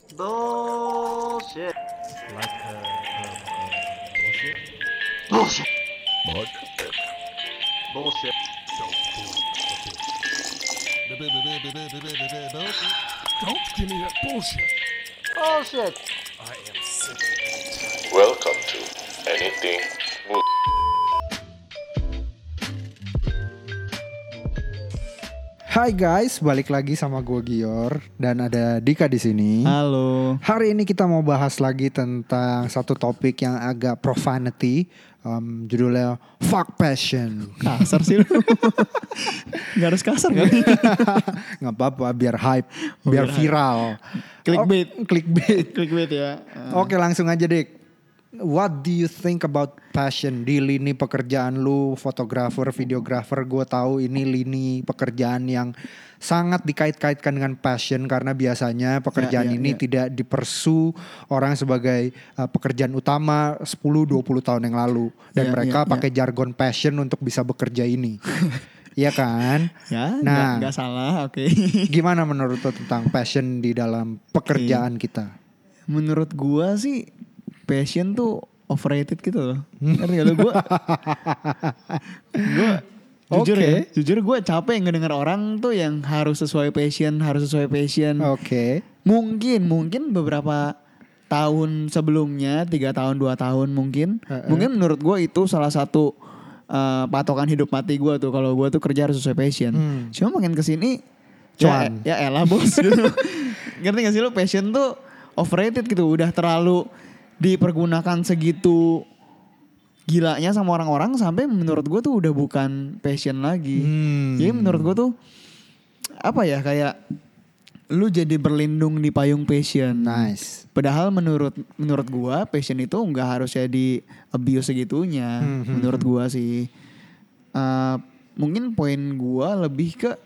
Bullshit. Like bullshit? Bullshit. What? Bullshit. Don't give me that bullshit. Bullshit. I am sick and tired. Welcome to Anything Bull. Hai guys, balik lagi sama gue Gior dan ada Dika di sini. Halo. Hari ini kita mau bahas lagi tentang satu topik yang agak profanity, judulnya Fuck Passion. Kasar sih lu. Gak harus kasar kan? Nggak apa-apa, biar hype, Oh, biar biar viral. Clickbait. Clickbait. Clickbait ya. Oke, langsung aja Dik. What do you think about passion di lini pekerjaan lu, fotografer, videografer? Gue tahu ini lini pekerjaan yang sangat dikait-kaitkan dengan passion karena biasanya pekerjaan ini tidak dipersu orang sebagai pekerjaan utama 10-20 tahun yang lalu dan mereka pakai jargon passion untuk bisa bekerja ini. Iya kan? Ya, nah, gak salah, oke. Gimana menurut lo tentang passion di dalam pekerjaan kita? Menurut gua sih passion tuh overrated gitu loh. Ngerti gak lo? Gua jujur ya, jujur gue capek ngedenger orang tuh yang harus sesuai passion. Oke. Mungkin beberapa tahun sebelumnya, 3 tahun 2 tahun mungkin menurut gue itu salah satu patokan hidup mati gue tuh. Kalau gue tuh kerja harus sesuai passion. Cuma makin kesini Cuan. ya elah bos gitu. Ngerti gak sih lo, passion tuh overrated gitu. Udah terlalu dipergunakan segitu gilanya sama orang-orang sampai menurut gue tuh udah bukan passion lagi. Jadi menurut gue tuh apa ya, kayak lu jadi berlindung di payung passion. Nice. Padahal menurut gue passion itu nggak harusnya di abuse segitunya. Menurut gue sih. Mungkin poin gue lebih ke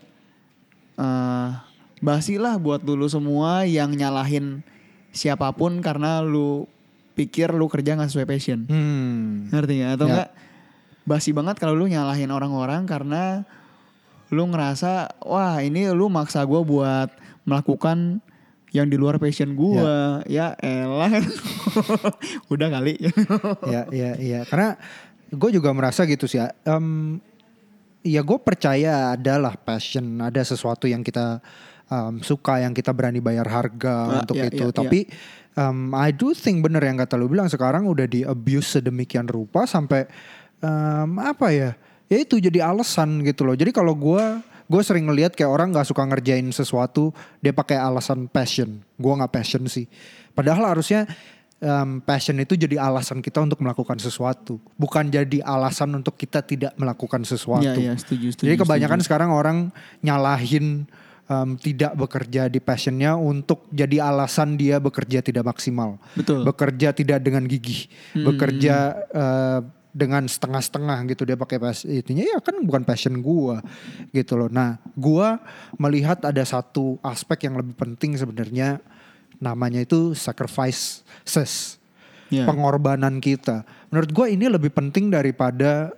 basi lah buat dulu semua yang nyalahin siapapun karena lu pikir lu kerja gak sesuai passion. Ngerti gak? Atau enggak basi banget kalau lu nyalahin orang-orang karena lu ngerasa wah ini lu maksa gue buat melakukan yang di luar passion gue. Ya elah. Udah kali. Ya. Karena gue juga merasa gitu sih ya. Ya gue percaya adalah passion, ada sesuatu yang kita suka, yang kita berani bayar harga untuk itu. Tapi I do think bener yang kata lu bilang, sekarang udah di abuse sedemikian rupa sampai apa ya? Ya itu jadi alasan gitu loh. Jadi kalau gue sering ngelihat kayak orang nggak suka ngerjain sesuatu, dia pakai alasan passion. Gue nggak passion sih. Padahal harusnya passion itu jadi alasan kita untuk melakukan sesuatu, bukan jadi alasan untuk kita tidak melakukan sesuatu. Iya, setuju. Jadi kebanyakan sekarang orang nyalahin tidak bekerja di passionnya untuk jadi alasan dia bekerja tidak maksimal. Betul. Bekerja tidak dengan gigih, bekerja dengan setengah-setengah gitu, dia pakai itunya ya kan bukan passion gua gitu loh. Nah, gua melihat ada satu aspek yang lebih penting sebenarnya, namanya itu sacrifices, pengorbanan kita. Menurut gua ini lebih penting daripada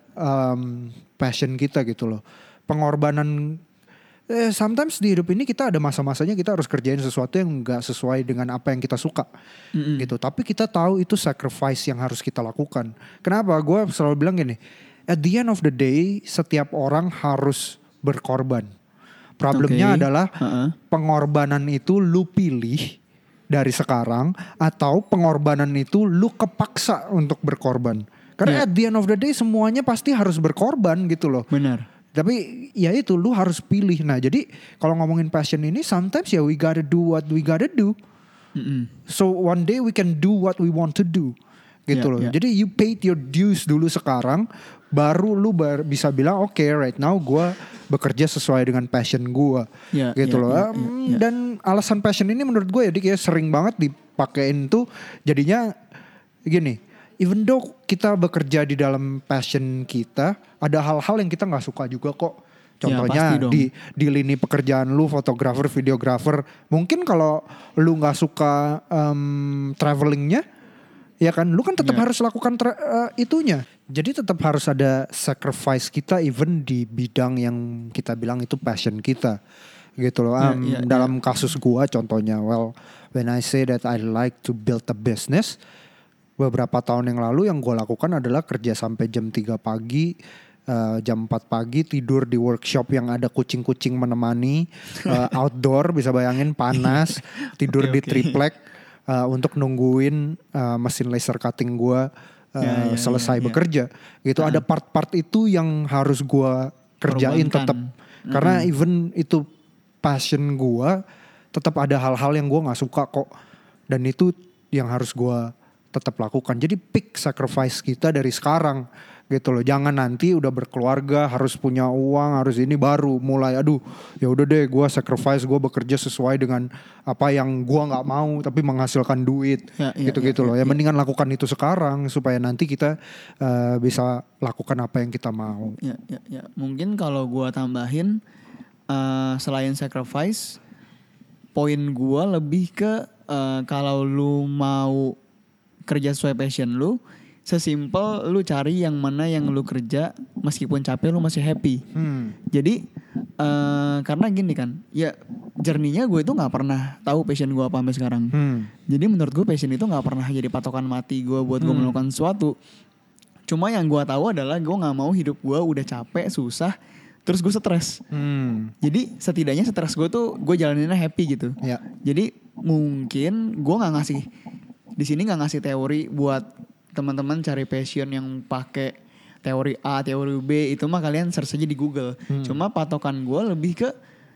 passion kita gitu loh. Pengorbanan. Sometimes di hidup ini kita ada masa-masanya kita harus kerjain sesuatu yang gak sesuai dengan apa yang kita suka gitu. Tapi kita tahu itu sacrifice yang harus kita lakukan. Kenapa? Gue selalu bilang gini, at the end of the day setiap orang harus berkorban. Problemnya adalah pengorbanan itu lu pilih dari sekarang atau pengorbanan itu lu kepaksa untuk berkorban. Karena at the end of the day semuanya pasti harus berkorban gitu loh. Benar. Tapi ya itu lu harus pilih. Nah jadi kalau ngomongin passion ini, sometimes ya we gotta do what we gotta do. So one day we can do what we want to do gitu loh. Jadi you paid your dues dulu sekarang, baru lu bisa bilang okay, right now gue bekerja sesuai dengan passion gue gitu loh. Dan alasan passion ini menurut gue ya Dik ya sering banget dipakein tuh jadinya gini. Even though kita bekerja di dalam passion kita, ada hal-hal yang kita gak suka juga kok. Contohnya di lini pekerjaan lu, fotografer, videografer. Mungkin kalau lu gak suka travelingnya, ya kan, lu kan tetap harus lakukan itunya. Jadi tetap harus ada sacrifice kita even di bidang yang kita bilang itu passion kita. gitu loh. Iya, Dalam kasus gua contohnya, well, when I say that I like to build a business, beberapa tahun yang lalu yang gua lakukan adalah kerja sampai jam 3 pagi, jam 4 pagi tidur di workshop yang ada kucing-kucing menemani, outdoor, bisa bayangin panas, tidur di triplek untuk nungguin mesin laser cutting gua selesai bekerja. Gitu ada part-part itu yang harus gua kerjain tetap, karena even itu passion gua, tetap ada hal-hal yang gua nggak suka kok, dan itu yang harus gua tetap lakukan. Jadi pick sacrifice kita dari sekarang gitu loh. Jangan nanti udah berkeluarga harus punya uang, harus ini baru mulai aduh ya udah deh gua sacrifice, gua bekerja sesuai dengan apa yang gua nggak mau tapi menghasilkan duit gitu-gitu loh. Ya mendingan lakukan itu sekarang supaya nanti kita bisa lakukan apa yang kita mau. Ya. Mungkin kalau gua tambahin selain sacrifice, poin gua lebih ke kalau lu mau kerja sesuai passion lu, sesimpel lu cari yang mana yang lu kerja meskipun capek lu masih happy. Jadi karena gini kan, ya journey-nya gue itu nggak pernah tahu passion gue apa sampai sekarang. Jadi menurut gue passion itu nggak pernah jadi patokan mati gue buat gue melakukan sesuatu. Cuma yang gue tahu adalah gue nggak mau hidup gue udah capek, susah, terus gue stres. Jadi setidaknya stres gue tuh gue jalaninnya happy gitu. Jadi mungkin gue nggak ngasih di sini nggak ngasih teori buat teman-teman cari passion yang pakai teori A, teori B, itu mah kalian search aja di Google. Cuma patokan gue lebih ke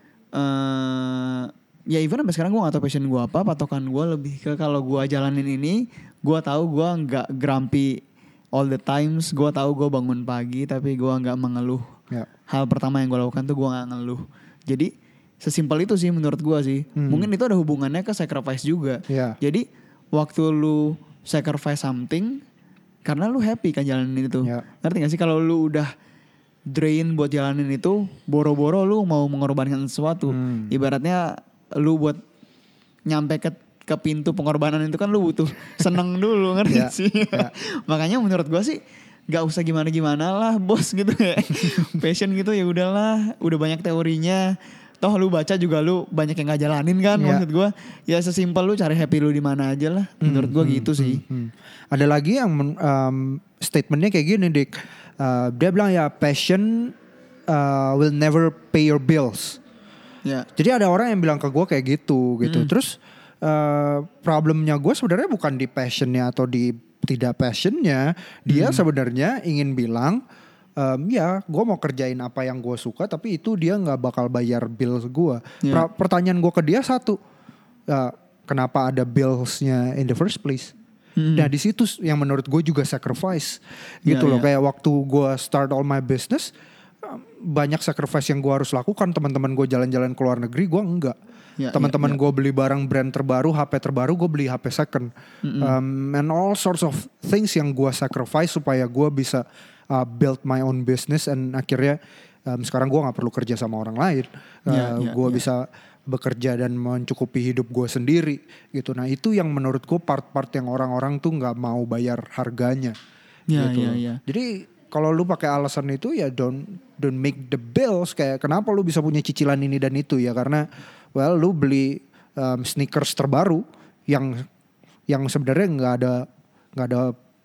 ya even sampai sekarang gue gak tau passion gue apa. Patokan gue lebih ke kalau gue jalanin ini, gue tahu gue nggak grumpy all the times. Gue tahu gue bangun pagi tapi gue nggak mengeluh. Hal pertama yang gue lakukan tuh gue nggak ngeluh. Jadi sesimpel itu sih menurut gue sih. Mungkin itu ada hubungannya ke sacrifice juga. Jadi waktu lu sacrifice something karena lu happy kan jalanin itu. Ngerti gak sih kalau lu udah drain buat jalanin itu, boro-boro lu mau mengorbankan sesuatu. Ibaratnya lu buat nyampe ke pintu pengorbanan itu kan lu butuh seneng dulu, ngerti sih. Makanya menurut gua sih gak usah gimana-gimana lah bos gitu ya. Passion gitu ya udahlah, udah banyak teorinya. Toh lu baca juga lu banyak yang gak jalanin kan. Maksud gue ya sesimpel lu cari happy lu di mana aja lah. Menurut gue gitu sih. Ada lagi yang statementnya kayak gini Dik. Dia bilang ya passion will never pay your bills. Jadi ada orang yang bilang ke gue kayak gitu. Terus problemnya gue sebenarnya bukan di passionnya atau di tidak passionnya. Dia sebenarnya ingin bilang ya gue mau kerjain apa yang gue suka tapi itu dia gak bakal bayar bills gue. Pertanyaan gue ke dia satu, kenapa ada billsnya in the first place? Nah di situ yang menurut gue juga sacrifice gitu loh. Kayak waktu gue start all my business, banyak sacrifice yang gue harus lakukan. Teman-teman gue jalan-jalan ke luar negeri, gue enggak. Teman-teman gue beli barang brand terbaru, HP terbaru, gue beli HP second. And all sorts of things yang gue sacrifice supaya gue bisa build my own business. And akhirnya sekarang gue gak perlu kerja sama orang lain. Gue bisa bekerja dan mencukupi hidup gue sendiri gitu. Nah itu yang menurut gue part-part yang orang-orang tuh gak mau bayar harganya gitu. Jadi kalau lu pakai alasan itu ya don't make the bills. Kayak kenapa lu bisa punya cicilan ini dan itu ya karena well lu beli sneakers terbaru yang sebenarnya nggak ada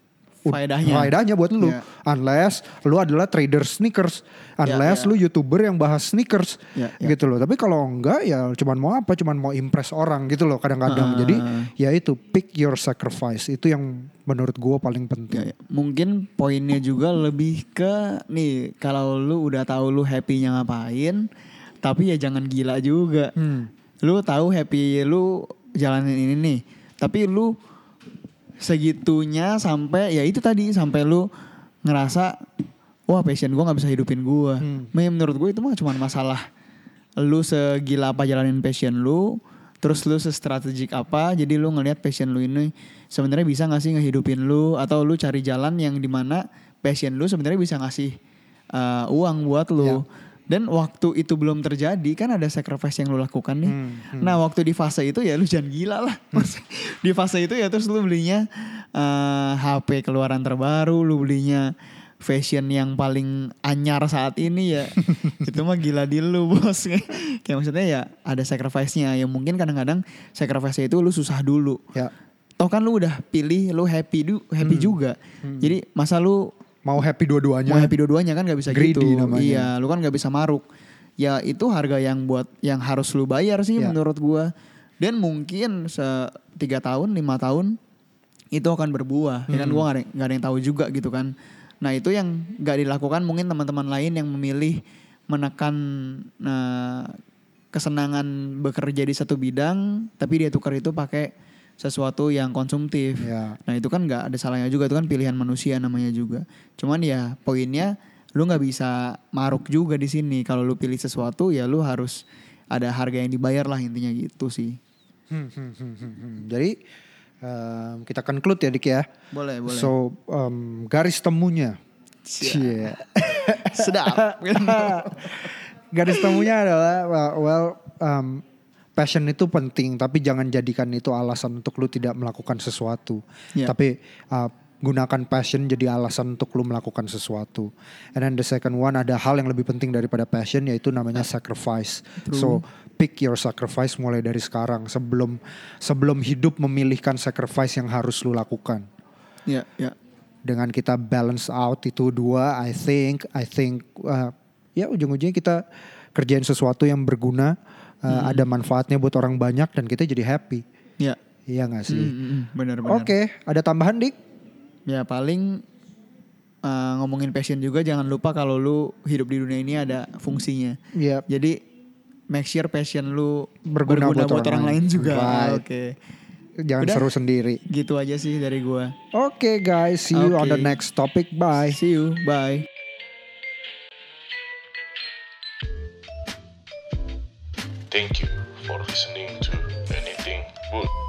faedahnya buat lu. Unless lu adalah trader sneakers, unless lu YouTuber yang bahas sneakers gitu loh. Tapi kalau enggak ya cuman mau apa? Cuman mau impress orang gitu loh kadang-kadang. Jadi ya itu pick your sacrifice. Itu yang menurut gue paling penting. Mungkin poinnya juga lebih ke nih kalau lu udah tahu lu happy-nya ngapain, tapi ya jangan gila juga. Lu tahu happy lu jalanin ini nih, tapi lu segitunya sampai ya itu tadi sampai lu ngerasa wah passion gue nggak bisa hidupin gue. Menurut gue itu mah cuma masalah lu segila apa jalanin passion lu, terus lu sestrategik apa, jadi lu ngelihat passion lu ini sebenarnya bisa nggak sih ngehidupin lu, atau lu cari jalan yang dimana passion lu sebenarnya bisa ngasih uang buat lu. Dan waktu itu belum terjadi kan ada sacrifice yang lu lakukan nih. Nah waktu di fase itu ya lu jangan gila lah. Di fase itu ya terus lu belinya HP keluaran terbaru, lu belinya fashion yang paling anyar saat ini ya itu mah gila di lu bos. Kayak maksudnya ya ada sacrifice-nya. Ya mungkin kadang-kadang sacrifice-nya itu lu susah dulu. Ya. Toh kan lu udah pilih, lu happy juga. Jadi masa lu Mau happy dua-duanya. mau happy dua-duanya kan gak bisa Greedy gitu. namanya. Iya, lu kan gak bisa maruk. Ya itu harga yang harus lu bayar sih Ya. menurut gua. Dan mungkin 3 tahun, 5 tahun itu akan berbuah. Ya kan gua gak ada yang tahu juga gitu kan. Nah itu yang gak dilakukan mungkin teman-teman lain yang memilih menekan kesenangan bekerja di satu bidang, tapi dia tukar itu pakai sesuatu yang konsumtif. Ya. Nah itu kan gak ada salahnya juga, itu kan pilihan manusia namanya juga. Cuman ya poinnya lu gak bisa maruk juga di sini. Kalau lu pilih sesuatu ya lu harus ada harga yang dibayar lah intinya gitu sih. Jadi kita conclude ya Dik ya. Boleh. So garis temunya. Cie. Sedap. Garis temunya adalah passion itu penting, tapi jangan jadikan itu alasan untuk lu tidak melakukan sesuatu. Yeah. Tapi gunakan passion jadi alasan untuk lu melakukan sesuatu. And then the second one, ada hal yang lebih penting daripada passion, yaitu namanya sacrifice. True. So pick your sacrifice mulai dari sekarang, sebelum hidup memilihkan sacrifice yang harus lu lakukan. Ya. Dengan kita balance out itu dua, I think ya ujung-ujungnya kita kerjain sesuatu yang berguna, ada manfaatnya buat orang banyak dan kita jadi happy. Ya. Iya gak sih? Benar. Oke, ada tambahan Dik? Ya paling ngomongin passion juga, jangan lupa kalau lu hidup di dunia ini ada fungsinya. Iya. Jadi make sure passion lu Berguna buat orang lain juga. Right. Oke. Jangan Udah. seru sendiri. Gitu aja sih dari gua. Oke guys, see you on the Oke. next topic. Bye. See you. Bye. Thank you for listening to Anything Good.